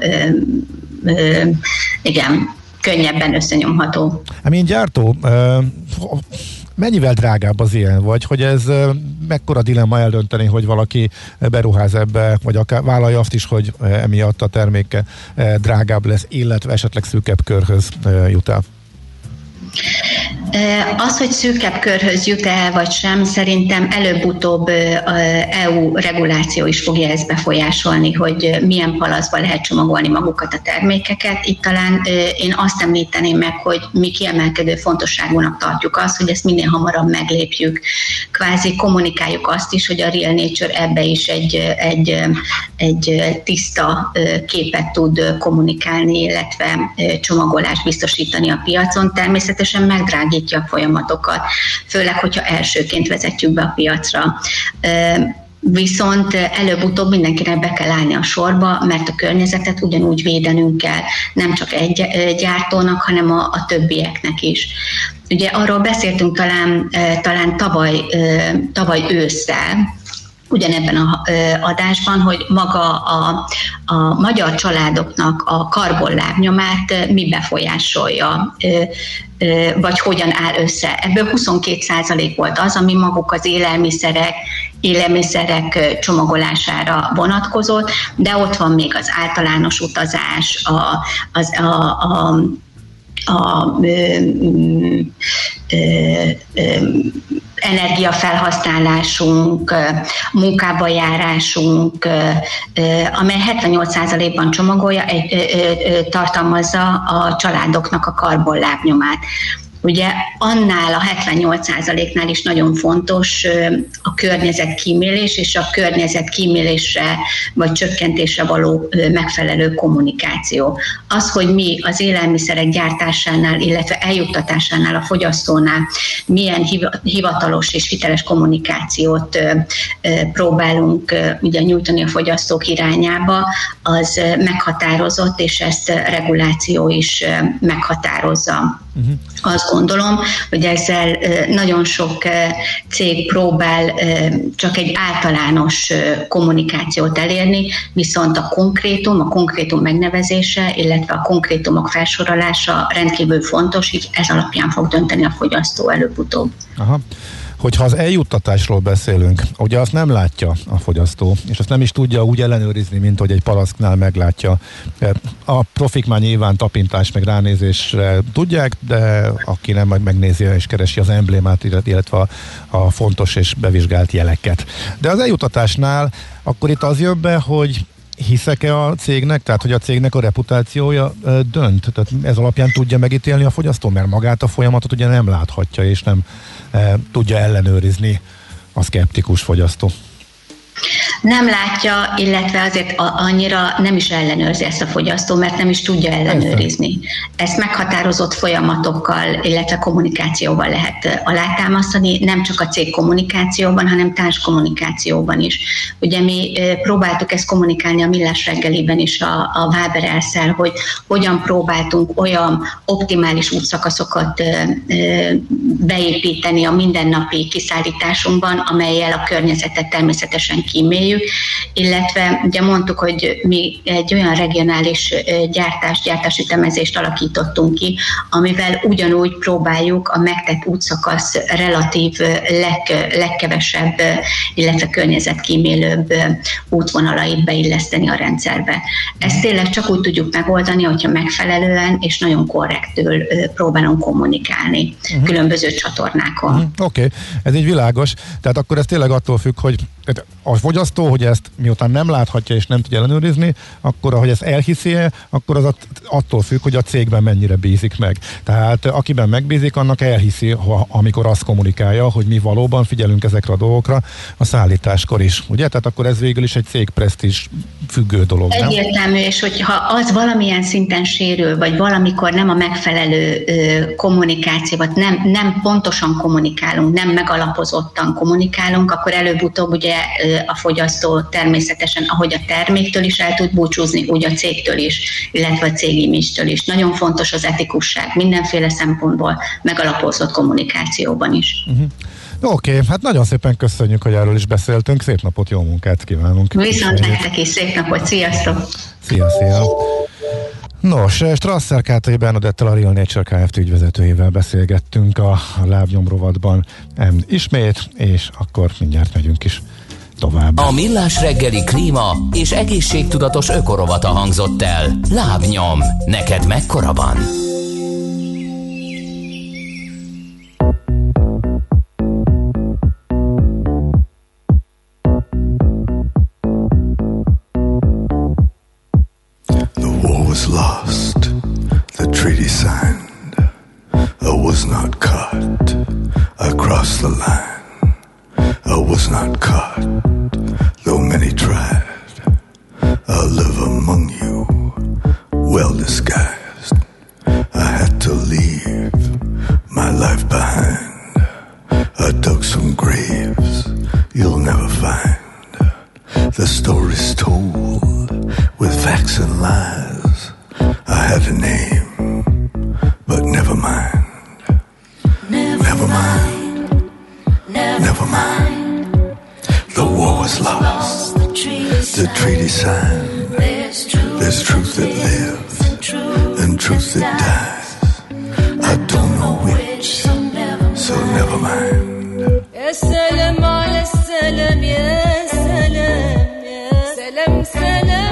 igen, könnyebben összenyomható.
Mint gyártó, mennyivel drágább az ilyen, vagy hogy ez mekkora dilemma eldönteni, hogy valaki beruház ebbe, vagy akár vállalja azt is, hogy emiatt a terméke drágább lesz, illetve esetleg szűkebb körhöz jut el?
Az, hogy szűkebb körhöz jut el, vagy sem, szerintem előbb-utóbb é u reguláció is fogja ezt befolyásolni, hogy milyen palacba lehet csomagolni magukat a termékeket. Itt talán én azt említeném meg, hogy mi kiemelkedő fontosságúnak tartjuk azt, hogy ezt minél hamarabb meglépjük. Kvázi kommunikáljuk azt is, hogy a Real Nature ebbe is egy, egy, egy tiszta képet tud kommunikálni, illetve csomagolást biztosítani a piacon. Természetesen megdrágítja a folyamatokat, főleg, hogyha elsőként vezetjük be a piacra. Viszont előbb-utóbb mindenkinek be kell állni a sorba, mert a környezetet ugyanúgy védenünk kell, nem csak egy gyártónak, hanem a, a többieknek is. Ugye arról beszéltünk talán, talán tavaly, tavaly ősszel, ugyanebben az adásban, hogy maga a, a magyar családoknak a karbonlábnyomát mi befolyásolja, vagy hogyan áll össze. Ebből huszonkét százalék volt az, ami maguk az élelmiszerek, élelmiszerek csomagolására vonatkozott, de ott van még az általános utazás, a, az, a, a a ö, ö, ö, energiafelhasználásunk, munkába járásunk, amely hetvennyolc százalékban csomagolja, tartalmazza a családoknak a karbonlábnyomát. Ugye annál a hetvennyolc százaléknál is nagyon fontos a környezetkímélés és a környezetkímélésre vagy csökkentésre való megfelelő kommunikáció. Az, hogy mi az élelmiszerek gyártásánál, illetve eljuttatásánál a fogyasztónál milyen hivatalos és hiteles kommunikációt próbálunk ugye nyújtani a fogyasztók irányába, az meghatározott, és ezt reguláció is meghatározza. Uh-huh. Azt gondolom, hogy ezzel nagyon sok cég próbál csak egy általános kommunikációt elérni, viszont a konkrétum, a konkrétum megnevezése, illetve a konkrétumok felsorolása rendkívül fontos, így ez alapján fog dönteni a fogyasztó előbb-utóbb. Aha.
Hogyha az eljuttatásról beszélünk, ugye azt nem látja a fogyasztó, és azt nem is tudja úgy ellenőrizni, mint hogy egy palacknál meglátja. A profik már nyilván tapintás meg ránézésre tudják, de aki nem, meg megnézi és keresi az emblémát, illetve a, a fontos és bevizsgált jeleket. De az eljuttatásnál akkor itt az jön be, hogy hiszek-e a cégnek, tehát hogy a cégnek a reputációja ö, dönt? Tehát ez alapján tudja megítélni a fogyasztó, mert magát a folyamatot ugye nem láthatja, és nem e, tudja ellenőrizni a szkeptikus fogyasztó.
Nem látja, illetve azért annyira nem is ellenőrzi ezt a fogyasztó, mert nem is tudja ellenőrizni. Ezt meghatározott folyamatokkal, illetve kommunikációval lehet alátámasztani, nem csak a cég kommunikációban, hanem társkommunikációban is. Ugye mi próbáltuk ezt kommunikálni a Millás reggeliben is a, a Waberelszel, hogy hogyan próbáltunk olyan optimális útszakaszokat beépíteni a mindennapi kiszállításunkban, amellyel a környezetet természetesen kíméljük, illetve ugye mondtuk, hogy mi egy olyan regionális gyártás, gyártásütemezést alakítottunk ki, amivel ugyanúgy próbáljuk a megtett útszakasz relatív leg, legkevesebb, illetve környezetkímélőbb útvonalait beilleszteni a rendszerbe. Ezt tényleg csak úgy tudjuk megoldani, hogyha megfelelően és nagyon korrektül próbálunk kommunikálni uh-huh. különböző csatornákon. Uh-huh.
Oké, okay. Ez így világos. Tehát akkor ez tényleg attól függ, hogy a fogyasztó, hogy ezt miután nem láthatja és nem tudja ellenőrizni, akkor ahogy ezt elhiszi, akkor az attól függ, hogy a cégben mennyire bízik meg. Tehát akiben megbízik, annak elhiszi, ha, amikor azt kommunikálja, hogy mi valóban figyelünk ezekre a dolgokra a szállításkor is. Ugye? Tehát akkor ez végül is egy cég presztízs függő dolog.
Egyértelmű, és hogyha az valamilyen szinten sérül, vagy valamikor nem a megfelelő ö, kommunikáció, vagy nem, nem pontosan kommunikálunk, nem megalapozottan kommunikálunk, akkor előbb-utóbb ugye a fogyasztó természetesen, ahogy a terméktől is el tud búcsúzni, úgy a cégtől is, illetve a cégimistől is. Nagyon fontos az etikusság, mindenféle szempontból megalapozott kommunikációban is. Uh-huh.
Oké, okay, hát nagyon szépen köszönjük, hogy erről is beszéltünk. Szép napot, jó munkát kívánunk.
Viszont nektek is szép napot, sziasztok!
Szia, szia! Nos, Strasser Kátai Bernadettel, a Real Nature Kft. Ügyvezetőjével beszélgettünk a lábnyom rovatban ismét, és akkor mindjárt megyünk is tovább.
A Millás reggeli klíma és egészségtudatos ökorovata hangzott el. Lábnyom, neked mekkora van?
Lost, the treaty signed, I was not caught across the line. I was not caught, though many tried. I live among you, well disguised. I had to leave my life behind. I dug some graves you'll never find. The story's told with facts and lies. I had a name, but never mind. Never, never mind. mind. Never, never mind. mind. The war was lost. lost. The, treaty the treaty signed. There's truth, There's truth that lives and truth, and truth that, that dies. I don't know which, so never, so never mind.
Ya salam ala salam, ya salam, ya salam, salam.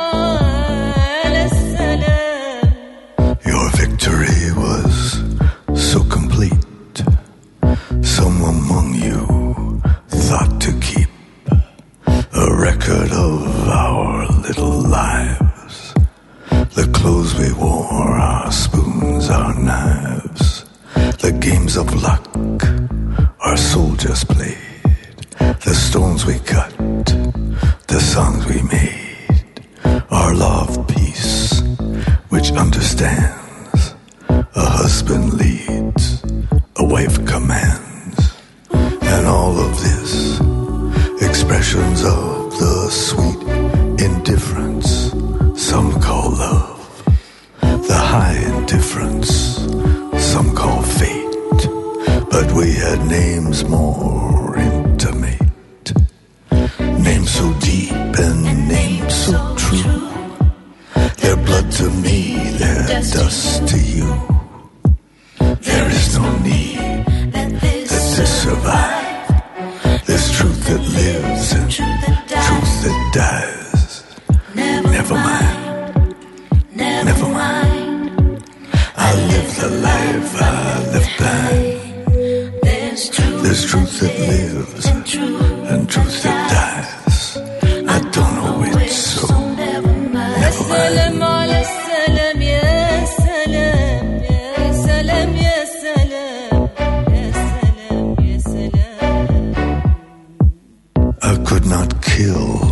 Victory was so complete. Some among you thought to keep a record of our little lives. The clothes we wore, our spoons, our knives. The games of luck our soldiers played. The stones we cut, the songs we made. Our law of peace, which understands. A husband leads, a wife commands, and all of this, expressions of the sweet indifference some call love, the high indifference some call fate, but we had names more intimate, names so deep and names so true. Their blood to me, their dust to you. There is no need that this survive. There's truth that lives and truth that dies. Never mind, never mind. I live the life I left behind. There's truth that lives and truth that dies. I don't know which, so never mind.
Salam ala salam, ya salam, ya salam, ya salam, ya salam, ya salam.
I could not kill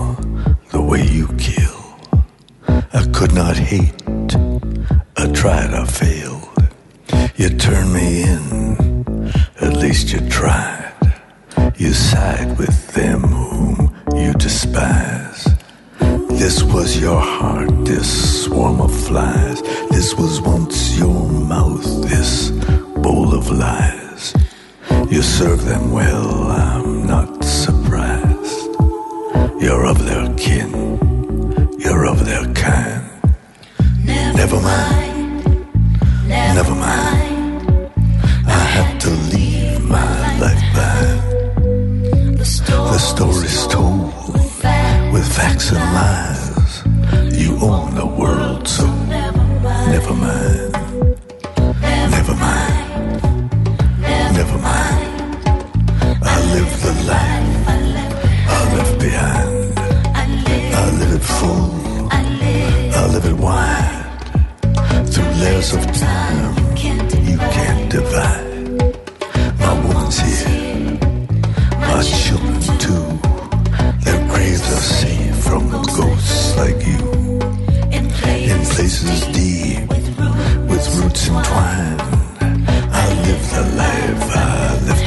could not hate. I tried, I failed. You turned me in, at least you tried. You side with them whom you despise. This was your heart, this swarm of flies. This was once your mouth, this bowl of lies. You serve them well, I'm not surprised. You're of their kin, you're of their kind. Never, never mind, never, never mind. mind. I have to leave my life behind. The, story the story's told with facts, with facts and lies. You own the world, so never mind. Never mind. Never mind. Never mind. I live the life I left behind. I live it full. I live it wide. Through layers of time you can't divide. My woman's here, my children too. Their graves are safe from ghosts like you. In places deep, with roots entwined. I live the life I left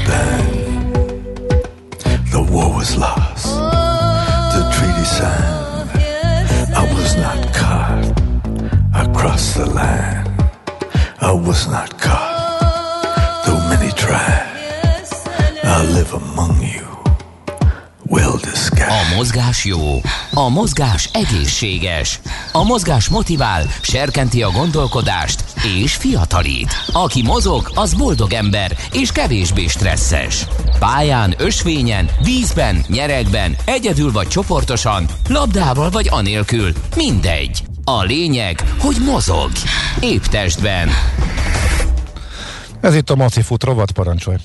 behind. The war was lost, the treaty signed. I was not caught, I crossed the line. I was not caught, though many tried. I live among you, well disguised.
A mozgás jó, a mozgás egészséges, a mozgás motivál, serkenti a gondolkodást és fiatalít. Aki mozog, az boldog ember és kevésbé stresszes. Pályán, ösvényen, vízben, nyeregben, egyedül vagy csoportosan, labdával vagy anélkül, mindegy. A lényeg, hogy mozog. Épp testben.
Ez itt a Maci Fut rovat, parancsolj.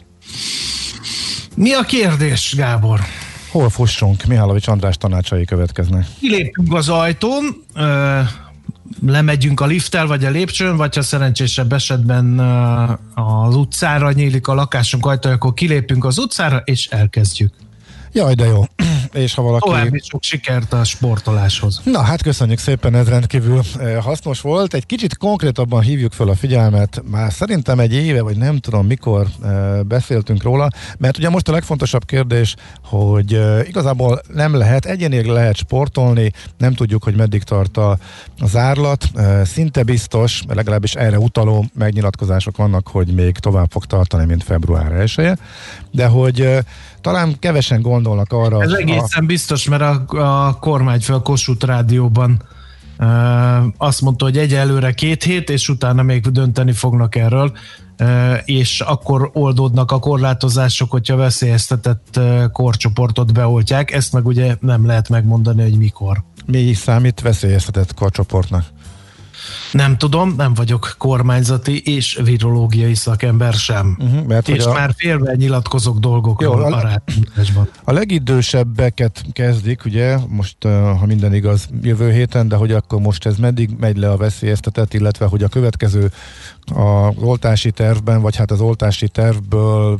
Mi a kérdés, Gábor?
Hol fussunk? Mihálovics András tanácsai következnek.
Kilépünk az ajtón, ö, lemegyünk a lifttel, vagy a lépcsőn, vagy ha szerencsésebb esetben ö, az utcára nyílik a lakásunk ajtaja, akkor kilépünk az utcára, és elkezdjük.
Jaj, de jó. És ha valaki...
További sok sikert a sportoláshoz.
Na, hát köszönjük szépen, ez rendkívül hasznos volt. Egy kicsit konkrétabban hívjuk fel a figyelmet. Már szerintem egy éve, vagy nem tudom mikor beszéltünk róla, mert ugye most a legfontosabb kérdés, hogy igazából nem lehet, egyénileg lehet sportolni, nem tudjuk, hogy meddig tart a, a zárlat. Szinte biztos, legalábbis erre utaló megnyilatkozások vannak, hogy még tovább fog tartani, mint február elseje, de hogy talán kevesen gondolnak arra.
Ez egészen a... biztos, mert a, a kormányfő a Kossuth Rádióban e, azt mondta, hogy egyelőre két hét, és utána még dönteni fognak erről, e, és akkor oldódnak a korlátozások, hogyha veszélyeztetett e, korcsoportot beoltják. Ezt meg ugye nem lehet megmondani, hogy mikor.
Mi számít veszélyeztetett korcsoportnak?
Nem tudom, nem vagyok kormányzati és virológiai szakember sem. Uh-huh, mert és a... már félve nyilatkozok dolgokról. Jó, a, a,
a legidősebbeket kezdik, ugye, most ha minden igaz, jövő héten, de hogy akkor most ez meddig megy le a veszélyeztetett, illetve hogy a következő az oltási tervben, vagy hát az oltási tervből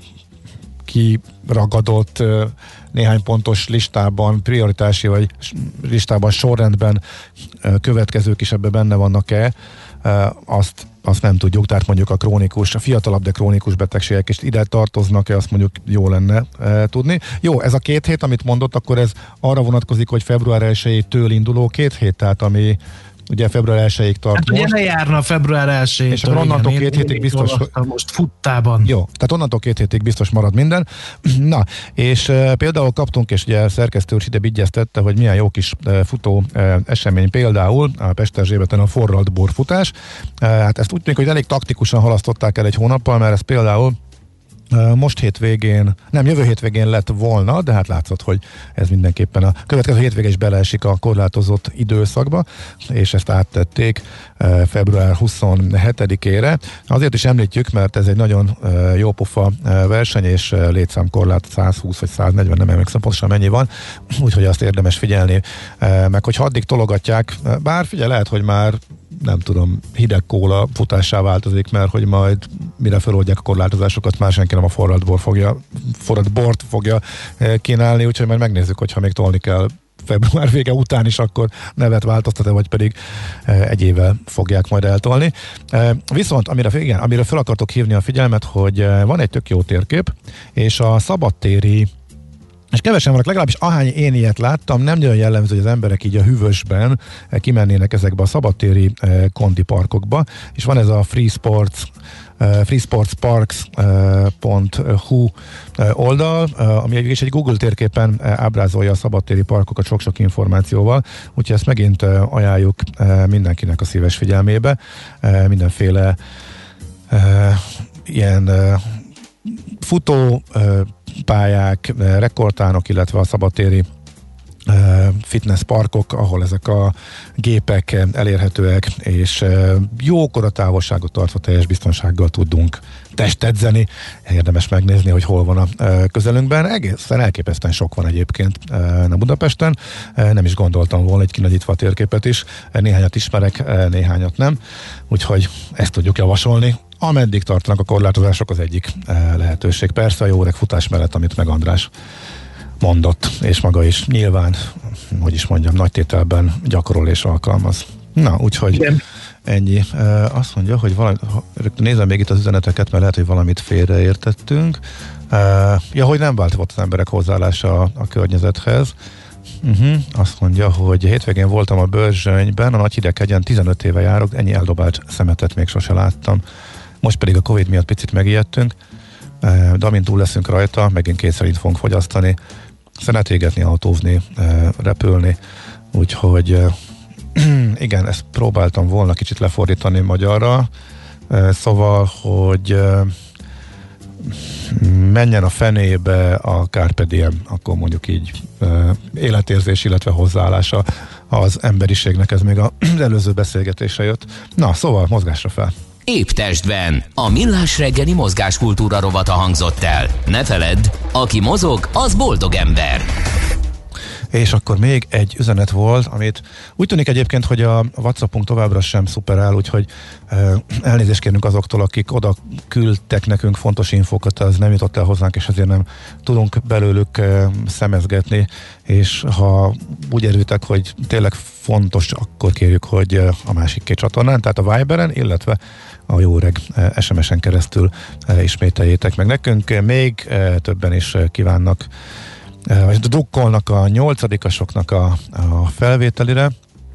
kiragadott néhány pontos listában, prioritási vagy listában, sorrendben következők is ebben benne vannak-e, azt, azt nem tudjuk, tehát mondjuk a krónikus, a fiatalabb, de krónikus betegségek is ide tartoznak-e, azt mondjuk jó lenne tudni. Jó, ez a két hét, amit mondott, akkor ez arra vonatkozik, hogy február elsejétől induló két hét, tehát ami ugye február elsejéig tart
hát
most.
Ugye lejárna február elsejétől.
És akkor onnantól két hétig biztos...
Most futtában.
Jó, tehát onnantól két hétig biztos marad minden. Na, és e, például kaptunk, és ugye a szerkesztő úr ide vigyeztette, hogy milyen jó kis e, futó e, esemény, például a Pesterzsébeten a forralt borfutás. E, hát ezt úgy tűnik, hogy elég taktikusan halasztották el egy hónappal, mert ez például most hétvégén, nem jövő hétvégén lett volna, de hát látszott, hogy ez mindenképpen a következő hétvégén is beleesik a korlátozott időszakba, és ezt áttették február huszonhetedikére. Azért is említjük, mert ez egy nagyon jópofa verseny, és létszámkorlát százhúsz vagy száznegyven, nem emlékszem pontosan mennyi van, úgyhogy azt érdemes figyelni, meg hogy addig tologatják, bár figyelj, lehet, hogy már nem tudom, hideg kóla futássá változik, mert hogy majd mire feloldják a korlátozásokat, már senki nem a forralt bor fogja, forralt bort fogja kínálni, úgyhogy majd megnézzük, hogyha még tolni kell február vége után is akkor nevet változtat, vagy pedig egy évvel fogják majd eltolni. Viszont amire, igen, amire fel akartok hívni a figyelmet, hogy van egy tök jó térkép, és a szabadtéri, és kevesen vannak, legalábbis ahány én ilyet láttam, nem nagyon jellemző, hogy az emberek így a hűvösben kimennének ezekbe a szabadtéri kondi parkokba, és van ez a Free Sports freesportsparks pont hu oldal, ami is egy Google térképen ábrázolja a szabadtéri parkokat sok-sok információval, úgyhogy ezt megint ajánljuk mindenkinek a szíves figyelmébe. Mindenféle ilyen futó pályák, rekordtánok, illetve a szabadtéri fitness parkok, ahol ezek a gépek elérhetőek, és jókora távolságot tartva teljes biztonsággal tudunk testedzeni. Érdemes megnézni, hogy hol van a közelünkben. Egészen elképesztően sok van egyébként a Budapesten. Nem is gondoltam volna, egy kinagyítva a térképet is. Néhányat ismerek, néhányat nem. Úgyhogy ezt tudjuk javasolni. Ameddig tartanak a korlátozások, az egyik lehetőség. Persze a jó öreg futás mellett, amit meg András mondott, és maga is nyilván, hogy is mondjam, nagy tételben gyakorol és alkalmaz. Na, úgyhogy igen. Ennyi. E, azt mondja, hogy valami, nézem még itt az üzeneteket, mert lehet, hogy valamit félreértettünk. E, ja, hogy nem változott az emberek hozzáállása a, a környezethez. Uh-huh. Azt mondja, hogy hétvégén voltam a Börzsönyben, a Nagyhideghegyen, tizenöt éve járok, ennyi eldobált szemetet még sose láttam. Most pedig a Covid miatt picit megijedtünk, de amint túl leszünk rajta, megint kétszerint fogunk fogyasztani, szenet égetni, autózni, repülni, úgyhogy igen, ezt próbáltam volna kicsit lefordítani magyarra, szóval, hogy menjen a fenébe a Carpe Diem, akkor mondjuk így életérzés, illetve hozzáállása az emberiségnek, ez még az előző beszélgetésre jött. Na, szóval mozgásra fel!
Épp testben. A Millás reggeli mozgáskultúra rovata hangzott el. Ne feledd, aki mozog, az boldog ember.
És akkor még egy üzenet volt, amit úgy tűnik egyébként, hogy a WhatsAppunk továbbra sem szuperál, úgyhogy elnézést kérünk azoktól, akik oda küldtek nekünk fontos infókat, az nem jutott el hozzánk, és ezért nem tudunk belőlük szemezgetni, és ha úgy erőtek, hogy tényleg fontos, akkor kérjük, hogy a másik két csatornán, tehát a Viberen, illetve a jó öreg es em es-en keresztül ismételjétek meg nekünk. Még többen is kívánnak, vagy drukkolnak a nyolcadikasoknak a, a felvételire,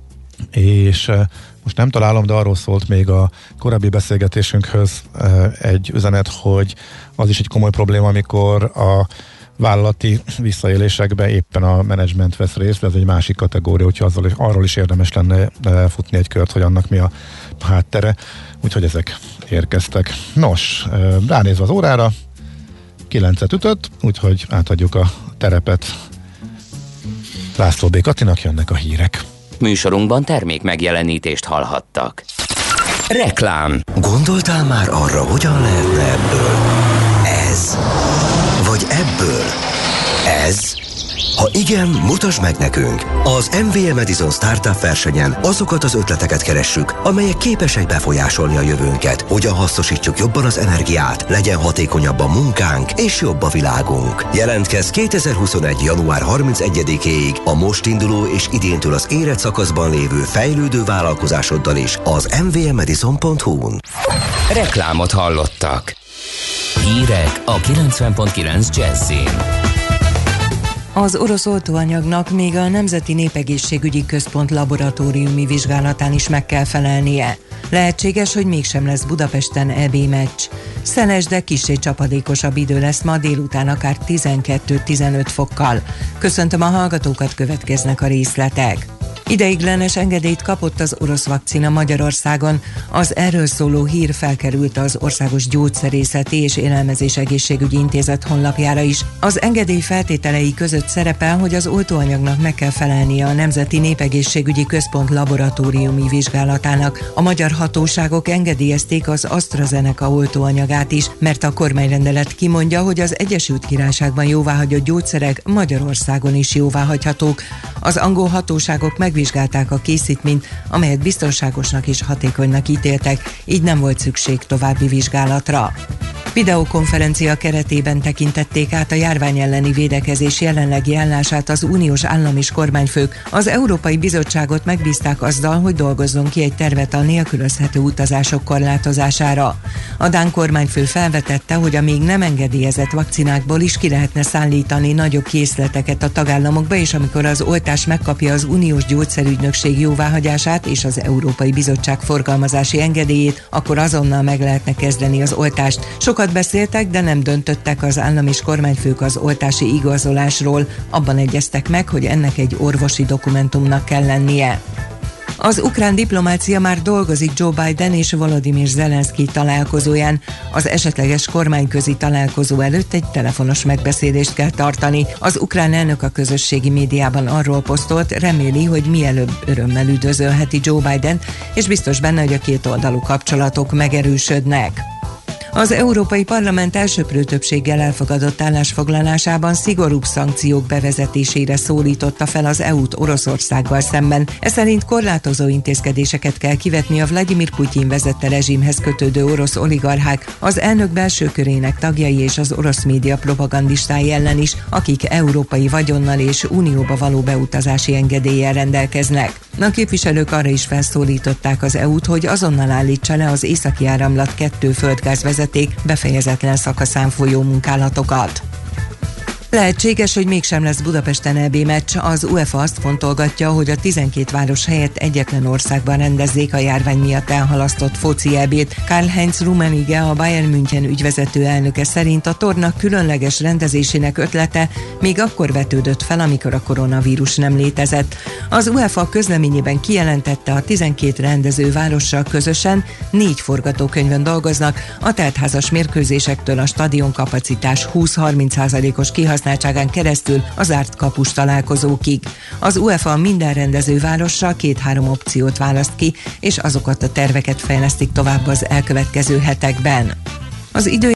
és most nem találom, de arról szólt még a korábbi beszélgetésünkhöz egy üzenet, hogy az is egy komoly probléma, amikor a vállalati visszaélésekben éppen a menedzsment vesz részt, ez egy másik kategória, úgyhogy azzal is, arról is érdemes lenne futni egy kört, hogy annak mi a háttere, úgyhogy ezek érkeztek. Nos, ránézve az órára, kilencet ütött, úgyhogy átadjuk a terepet László B. Katinak, jönnek a hírek.
Műsorunkban termék megjelenítést hallhattak. Reklám.
Gondoltál már arra, hogyan lehetne ebből ez? Vagy ebből ez? Ha igen, mutasd meg nekünk! Az em vé em Edison Startup versenyen azokat az ötleteket keressük, amelyek képesek befolyásolni a jövőnket, hogyan hasznosítsuk jobban az energiát, legyen hatékonyabb a munkánk és jobb a világunk. Jelentkezz kétezer-huszonegy. január harmincegyedikéig a most induló és idéntől az érett szakaszban lévő fejlődő vállalkozásoddal is az em vé em edison pont hu-n.
Reklámot hallottak. Hírek a kilencven pont kilenc Jazzin.
Az orosz oltóanyagnak még a Nemzeti Népegészségügyi Központ laboratóriumi vizsgálatán is meg kell felelnie. Lehetséges, hogy mégsem lesz Budapesten é bé meccs. Szeles, de kissé csapadékosabb idő lesz ma délután, akár tizenkettő-tizenöt fokkal. Köszöntöm a hallgatókat, következnek a részletek. Ideiglenes engedélyt kapott az orosz vakcina Magyarországon. Az erről szóló hír felkerült az Országos Gyógyszerészeti és Élelmezés Egészségügyi Intézet honlapjára is. Az engedély feltételei között szerepel, hogy az oltóanyagnak meg kell felelnie a Nemzeti Népegészségügyi Központ laboratóriumi vizsgálatának. A magyar hatóságok engedélyezték az AstraZeneca oltóanyagát is, mert a kormányrendelet kimondja, hogy az Egyesült Királyságban jóváhagyott gyógyszerek Magyarországon is jóváhagyhatók. Az angol hatóságok megvizsgálták a készítményt, amelyet biztonságosnak és hatékonynak ítéltek, így nem volt szükség további vizsgálatra. Videokonferencia keretében tekintették át a járvány elleni védekezés jelenlegi állását az uniós állam és kormányfők. Az Európai Bizottságot megbízták azzal, hogy dolgozzon ki egy tervet a nélkülözhető utazások korlátozására. A dán kormányfő felvetette, hogy a még nem engedélyezett vakcinákból is ki lehetne szállítani nagyobb készleteket a tagállamokba, és amikor az oltás megkapja az uniós gyógyszerügynökség jóváhagyását és az Európai Bizottság forgalmazási engedélyét, akkor azonnal meg lehetne kezdeni az oltást. Sokat beszéltek, de nem döntöttek az állam és kormányfők az oltási igazolásról. Abban egyeztek meg, hogy ennek egy orvosi dokumentumnak kell lennie. Az ukrán diplomácia már dolgozik Joe Biden és Volodymyr Zelenszky találkozóján. Az esetleges kormányközi találkozó előtt egy telefonos megbeszélést kell tartani. Az ukrán elnök a közösségi médiában arról posztolt, reméli, hogy mielőbb örömmel üdvözölheti Joe Biden, és biztos benne, hogy a kétoldalú kapcsolatok megerősödnek. Az Európai Parlament elsöprő többséggel elfogadott állásfoglalásában szigorúbb szankciók bevezetésére szólította fel az é u-t Oroszországgal szemben. Ez szerint korlátozó intézkedéseket kell kivetni a Vladimir Putyin vezette rezsimhez kötődő orosz oligarchák, az elnök belső körének tagjai és az orosz média propagandistái ellen is, akik európai vagyonnal és unióba való beutazási engedéllyel rendelkeznek. A képviselők arra is felszólították az é u-t, hogy azonnal állítsa le az Északi Áramlat kettő földgázvezeték befejezetlen szakaszán folyó munkálatokat. Lehetséges, hogy mégsem lesz Budapesten é bé meccs. Az UEFA azt fontolgatja, hogy a tizenkét város helyett egyetlen országban rendezzék a járvány miatt elhalasztott foci é bét. Karl-Heinz Rummenigge, a Bayern München ügyvezető elnöke szerint a torna különleges rendezésének ötlete még akkor vetődött fel, amikor a koronavírus nem létezett. Az UEFA közleményében kijelentette, a tizenkét rendező várossal közösen négy forgatókönyvön dolgoznak, a teltházas mérkőzésektől a stadion kapacitás húsz-harminc százalékos kihasználásán keresztül a zárt kapus találkozókig. Az UEFA minden rendező várossal két-három opciót választ ki, és azokat a terveket fejlesztik tovább az elkövetkező hetekben. Az idő